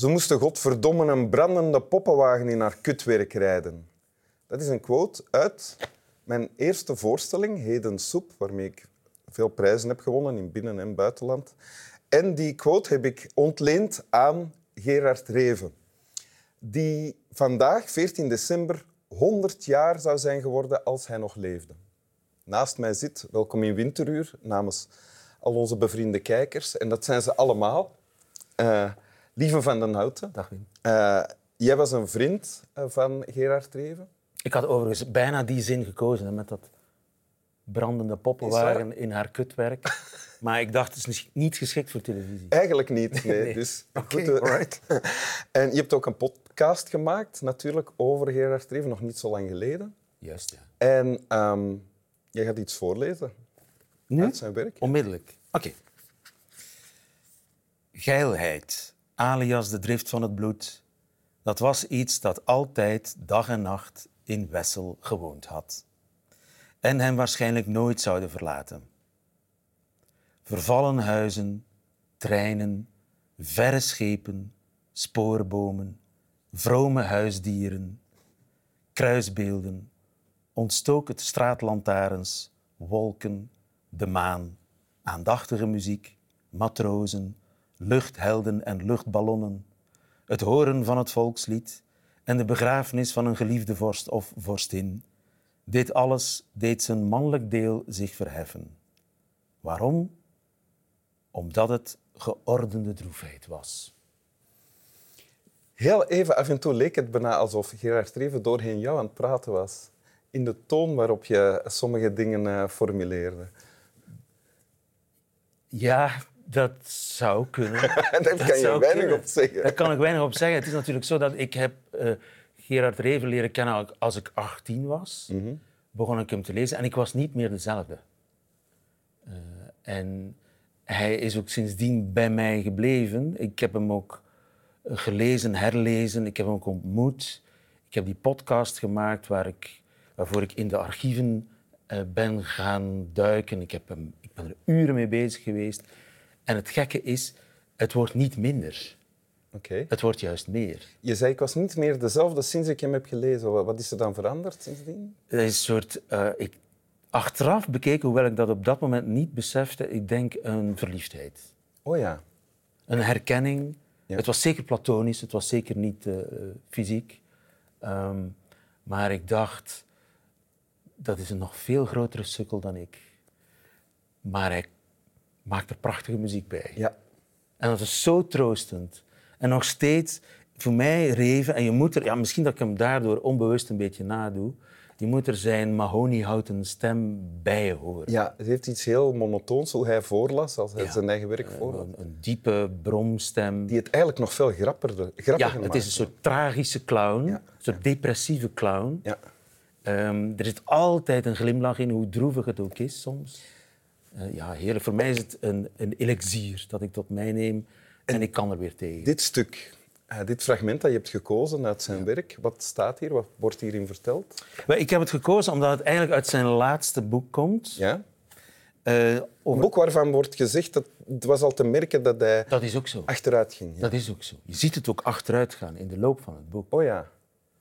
Ze moesten godverdomme een brandende poppenwagen in haar kutwerk rijden. Dat is een quote uit mijn eerste voorstelling, Heden Soep, waarmee ik veel prijzen heb gewonnen in binnen- en buitenland. En die quote heb ik ontleend aan Gerard Reven, die vandaag, 14 december, 100 jaar zou zijn geworden als hij nog leefde. Naast mij zit, welkom in Winteruur, namens al onze bevriende kijkers. En dat zijn ze allemaal. Lieve van den Houten. Dag Wim. Jij was een vriend van Gerard Reven. Ik had overigens bijna die zin gekozen, hè, met dat brandende poppenwagen in haar kutwerk. Maar ik dacht, het is misschien niet geschikt voor televisie. Eigenlijk niet. Nee. Nee. Dus, Oké, goed, alright. En je hebt ook een podcast gemaakt, natuurlijk, over Gerard Reven, nog niet zo lang geleden. Juist, ja. En jij gaat iets voorlezen Nu? uit zijn werk. Onmiddellijk. Oké. Geilheid, alias de drift van het bloed, dat was iets dat altijd dag en nacht in Wessel gewoond had. En hem waarschijnlijk nooit zouden verlaten. Vervallen huizen, treinen, verre schepen, spoorbomen, vrome huisdieren, kruisbeelden, ontstoken straatlantaarns, wolken, de maan, aandachtige muziek, matrozen, luchthelden en luchtballonnen, het horen van het volkslied en de begrafenis van een geliefde vorst of vorstin. Dit alles deed zijn mannelijk deel zich verheffen. Waarom? Omdat het geordende droefheid was. Heel even, af en toe leek het bijna alsof Gerard Reven doorheen jou aan het praten was. In de toon waarop je sommige dingen formuleerde. Ja, dat zou kunnen. Daar kan je weinig op zeggen. Daar kan ik weinig op zeggen. Het is natuurlijk zo dat ik heb Gerard Reven leren kennen als ik 18 was. Begon ik hem te lezen en ik was niet meer dezelfde. En hij is ook sindsdien bij mij gebleven. Ik heb hem ook gelezen, herlezen. Ik heb hem ook ontmoet. Ik heb die podcast gemaakt waarvoor ik in de archieven ben gaan duiken. Ik ben er uren mee bezig geweest. En het gekke is, het wordt niet minder. Okay. Het wordt juist meer. Je zei, ik was niet meer dezelfde sinds ik hem heb gelezen. Wat is er dan veranderd sindsdien? Het is een soort... achteraf bekeken, hoewel ik dat op dat moment niet besefte, ik denk een verliefdheid. Oh ja. Een herkenning. Ja. Het was zeker platonisch, het was zeker niet fysiek. Maar ik dacht, dat is een nog veel grotere sukkel dan ik. Maar hij maakt er prachtige muziek bij. Ja. En dat is zo troostend. En nog steeds, voor mij, Reven, en je moet er... Ja, misschien dat ik hem daardoor onbewust een beetje nadoe, je moet er zijn mahoniehouten stem bij horen. Ja, het heeft iets heel monotoons, hoe hij voorlas, als hij zijn eigen werk voorlas. Een diepe bromstem. Die het eigenlijk nog veel grappiger maakt. Het is een soort tragische clown, een soort depressieve clown. Ja. Er zit altijd een glimlach in, hoe droevig het ook is soms. Ja, heerlijk. Voor mij is het een elixier dat ik tot mij neem en ik kan er weer tegen. Dit stuk, dit fragment dat je hebt gekozen uit zijn werk, wat staat hier? Wat wordt hierin verteld? Ik heb het gekozen omdat het eigenlijk uit zijn laatste boek komt. Ja? Een boek waarvan wordt gezegd dat het was al te merken dat hij dat is ook zo. achteruit ging. Ja? Dat is ook zo. Je ziet het ook achteruit gaan in de loop van het boek. Oh ja.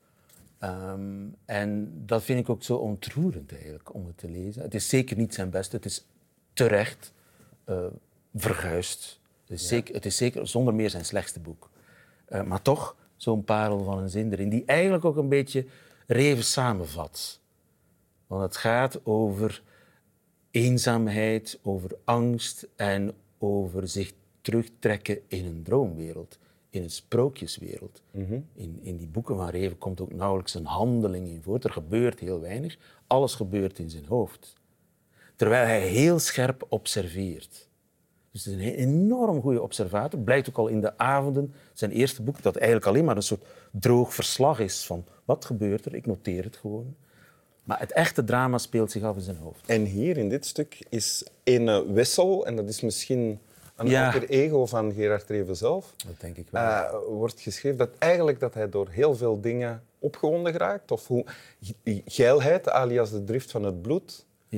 En dat vind ik ook zo ontroerend eigenlijk, om het te lezen. Het is zeker niet zijn beste. Het is terecht verguisd. Het is zeker zonder meer zijn slechtste boek. Maar toch zo'n parel van een zin erin, die eigenlijk ook een beetje Reven samenvat. Want het gaat over eenzaamheid, over angst en over zich terugtrekken in een droomwereld, in een sprookjeswereld. In die boeken van Reven komt ook nauwelijks een handeling in voor. Er gebeurt heel weinig. Alles gebeurt in zijn hoofd. Terwijl hij heel scherp observeert. Dus het is een enorm goede observator. Blijkt ook al in de avonden. Zijn eerste boek, dat eigenlijk alleen maar een soort droog verslag is van wat gebeurt er, ik noteer het gewoon. Maar het echte drama speelt zich af in zijn hoofd. En hier in dit stuk is een Wessel, en dat is misschien een alter ego van Gerard Reven zelf. Dat denk ik wel. Wordt geschreven dat hij door heel veel dingen opgewonden geraakt. Of hoe geilheid, alias de drift van het bloed. Ja.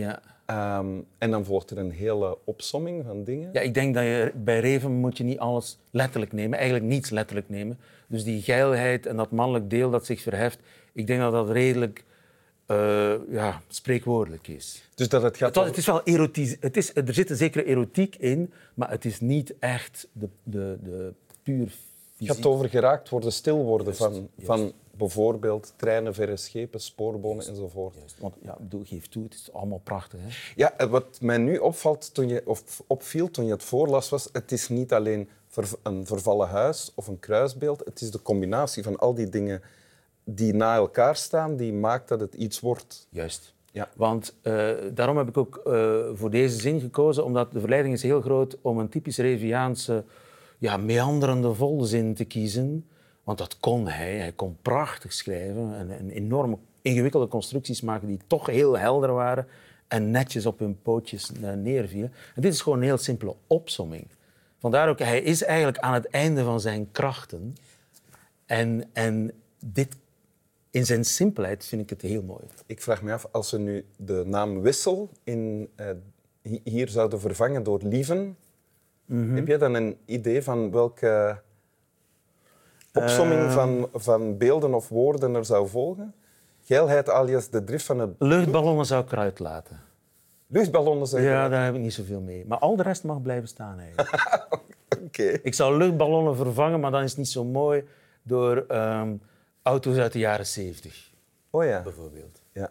En dan volgt er een hele opsomming van dingen. Ja, ik denk dat je bij Reven moet je niet alles letterlijk nemen, eigenlijk niets letterlijk nemen. Dus die geilheid en dat mannelijk deel dat zich verheft, ik denk dat dat redelijk spreekwoordelijk is. Dus dat het gaat Het is wel erotisch. Er zit een zekere erotiek in, maar het is niet echt de puur Het fysiek. gaat over geraakt worden, stil worden Juist. van bijvoorbeeld treinen, verre schepen, spoorbomen enzovoort. Juist. Want ja, geef toe, het is allemaal prachtig. Hè? Ja, wat mij nu opviel toen je het voorlas, was het is niet alleen een vervallen huis of een kruisbeeld. Het is de combinatie van al die dingen die na elkaar staan, die maakt dat het iets wordt. Juist. Ja. Want daarom heb ik ook voor deze zin gekozen, omdat de verleiding is heel groot om een typisch Reviaanse, meanderende volzin te kiezen. Want dat kon hij. Hij kon prachtig schrijven en enorme ingewikkelde constructies maken die toch heel helder waren en netjes op hun pootjes neervielen. En dit is gewoon een heel simpele opsomming. Vandaar ook, hij is eigenlijk aan het einde van zijn krachten. En dit, in zijn simpelheid, vind ik het heel mooi. Ik vraag me af, als we nu de naam Wissel hier zouden vervangen door Lieven, heb jij dan een idee van welke opsomming van beelden of woorden er zou volgen? Geilheid alias de drift van het... Luchtballonnen zou ik eruit laten. Luchtballonnen zijn Ja, daar heb ik niet zoveel mee. Maar al de rest mag blijven staan eigenlijk. Oké. Ik zou luchtballonnen vervangen, maar dan is het niet zo mooi, door auto's uit de jaren 70, Oh ja. bijvoorbeeld. Ja.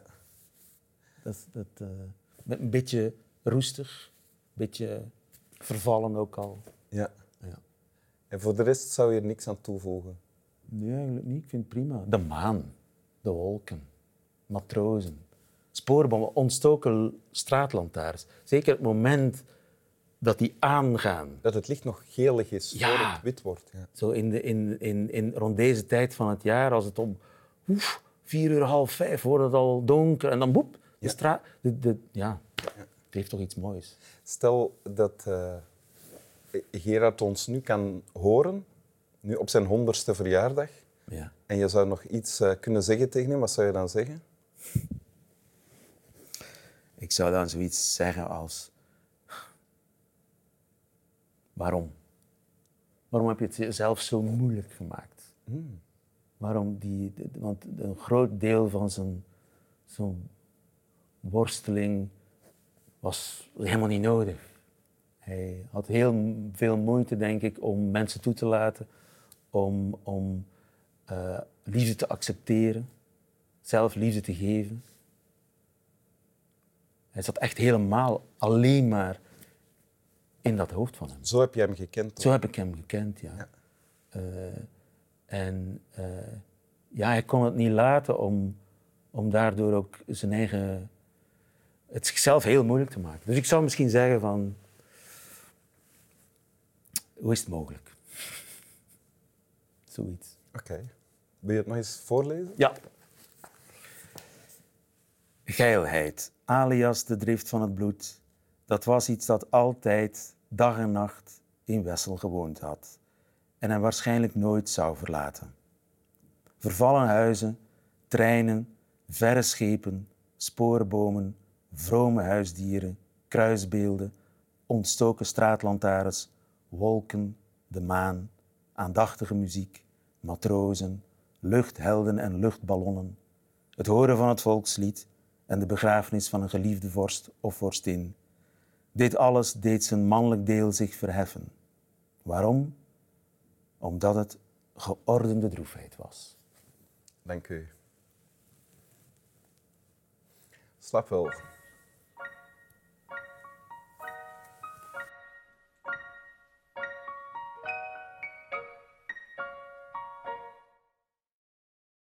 Met een beetje roestig, een beetje vervallen ook al. Ja. Ja. En voor de rest zou je er niks aan toevoegen? Nee, eigenlijk niet. Ik vind het prima. De maan, de wolken, matrozen, spoorbommen, ontstoken straatlantaarns. Zeker het moment dat die aangaan. Dat het licht nog gelig is Ja. voor het wit wordt. Ja. Zo rond deze tijd van het jaar, als het om 4 uur, half 5 wordt het al donker en dan boep, de straat... Het heeft toch iets moois. Stel dat Gerard ons nu kan horen, nu op zijn 100ste verjaardag, Ja. en je zou nog iets kunnen zeggen tegen hem, wat zou je dan zeggen? Ik zou dan zoiets zeggen als... Waarom? Waarom heb je het jezelf zo moeilijk gemaakt? Waarom want een groot deel van zijn worsteling was helemaal niet nodig. Hij had heel veel moeite, denk ik, om mensen toe te laten, om liefde te accepteren, zelf liefde te geven. Hij zat echt helemaal alleen maar in dat hoofd van hem. Zo heb je hem gekend. Zo heb ik hem gekend, ja. Hij kon het niet laten om daardoor ook het zichzelf heel moeilijk te maken. Dus ik zou misschien zeggen van... Hoe is het mogelijk? Zoiets. Oké. Wil je het nog eens voorlezen? Ja. Geilheid, alias de drift van het bloed, dat was iets dat altijd, dag en nacht, in Wessel gewoond had en hem waarschijnlijk nooit zou verlaten. Vervallen huizen, treinen, verre schepen, spoorbomen, vrome huisdieren, kruisbeelden, ontstoken straatlantaarns, wolken, de maan, aandachtige muziek, matrozen, luchthelden en luchtballonnen, het horen van het volkslied en de begrafenis van een geliefde vorst of vorstin. Dit alles deed zijn mannelijk deel zich verheffen. Waarom? Omdat het geordende droefheid was. Dank u. Slaap wel.